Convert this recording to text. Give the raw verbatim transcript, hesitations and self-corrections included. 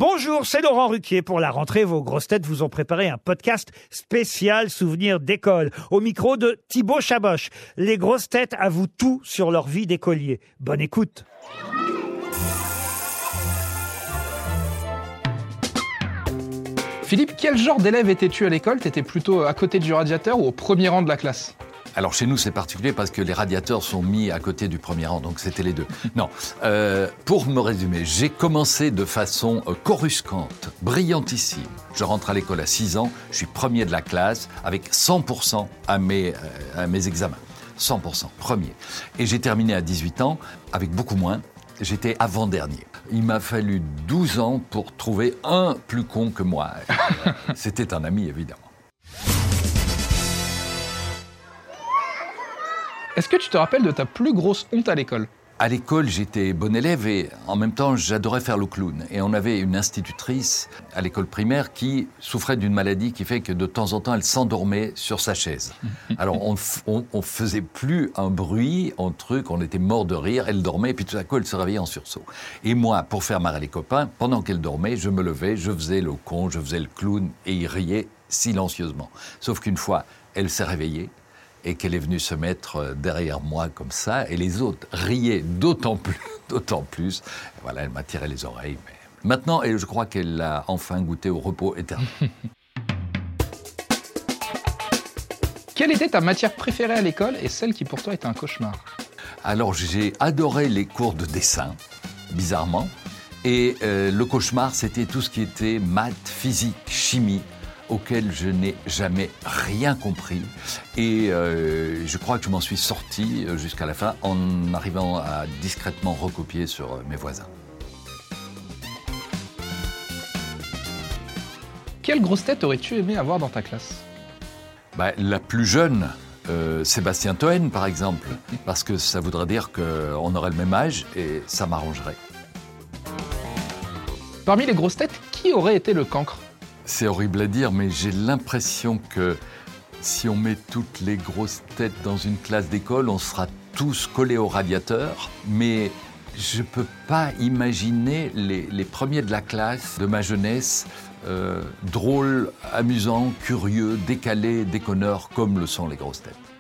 Bonjour, c'est Laurent Ruquier. Pour la rentrée, vos grosses têtes vous ont préparé un podcast spécial souvenirs d'école. Au micro de Thibaut Chaboch. Les grosses têtes avouent tout sur leur vie d'écolier. Bonne écoute. Philippe, quel genre d'élève étais-tu à l'école ? T'étais plutôt à côté du radiateur ou au premier rang de la classe ? Alors chez nous c'est particulier parce que les radiateurs sont mis à côté du premier rang, donc c'était les deux. Non, euh, pour me résumer, j'ai commencé de façon euh, coruscante, brillantissime. Je rentre à l'école à six ans, je suis premier de la classe avec cent pour cent à mes, euh, à mes examens. cent pour cent, premier. Et j'ai terminé à dix-huit ans avec beaucoup moins. J'étais avant-dernier. Il m'a fallu douze ans pour trouver un plus con que moi. C'était un ami, évidemment. Est-ce que tu te rappelles de ta plus grosse honte à l'école ? À l'école, j'étais bon élève et en même temps, j'adorais faire le clown. Et on avait une institutrice à l'école primaire qui souffrait d'une maladie qui fait que de temps en temps, elle s'endormait sur sa chaise. Alors, on, on, on faisait plus un bruit, un truc, on était mort de rire, elle dormait et puis tout à coup, elle se réveillait en sursaut. Et moi, pour faire marrer les copains, pendant qu'elle dormait, je me levais, je faisais le con, je faisais le clown et ils riaient silencieusement. Sauf qu'une fois, elle s'est réveillée et qu'elle est venue se mettre derrière moi comme ça, et les autres riaient d'autant plus, d'autant plus. Voilà, elle m'a tiré les oreilles. Mais maintenant, et je crois qu'elle a enfin goûté au repos éternel. Quelle était ta matière préférée à l'école et celle qui pour toi était un cauchemar ? Alors, j'ai adoré les cours de dessin, bizarrement, et euh, le cauchemar, c'était tout ce qui était maths, physique, chimie, auquel je n'ai jamais rien compris. Et euh, je crois que je m'en suis sorti jusqu'à la fin en arrivant à discrètement recopier sur mes voisins. Quelle grosse tête aurais-tu aimé avoir dans ta classe ? Bah, la plus jeune, euh, Sébastien Toen, par exemple, parce que ça voudrait dire qu'on aurait le même âge et ça m'arrangerait. Parmi les grosses têtes, qui aurait été le cancre ? C'est horrible à dire, mais j'ai l'impression que si on met toutes les grosses têtes dans une classe d'école, on sera tous collés au radiateur. Mais je ne peux pas imaginer les, les premiers de la classe de ma jeunesse euh, drôles, amusants, curieux, décalés, déconneurs, comme le sont les grosses têtes.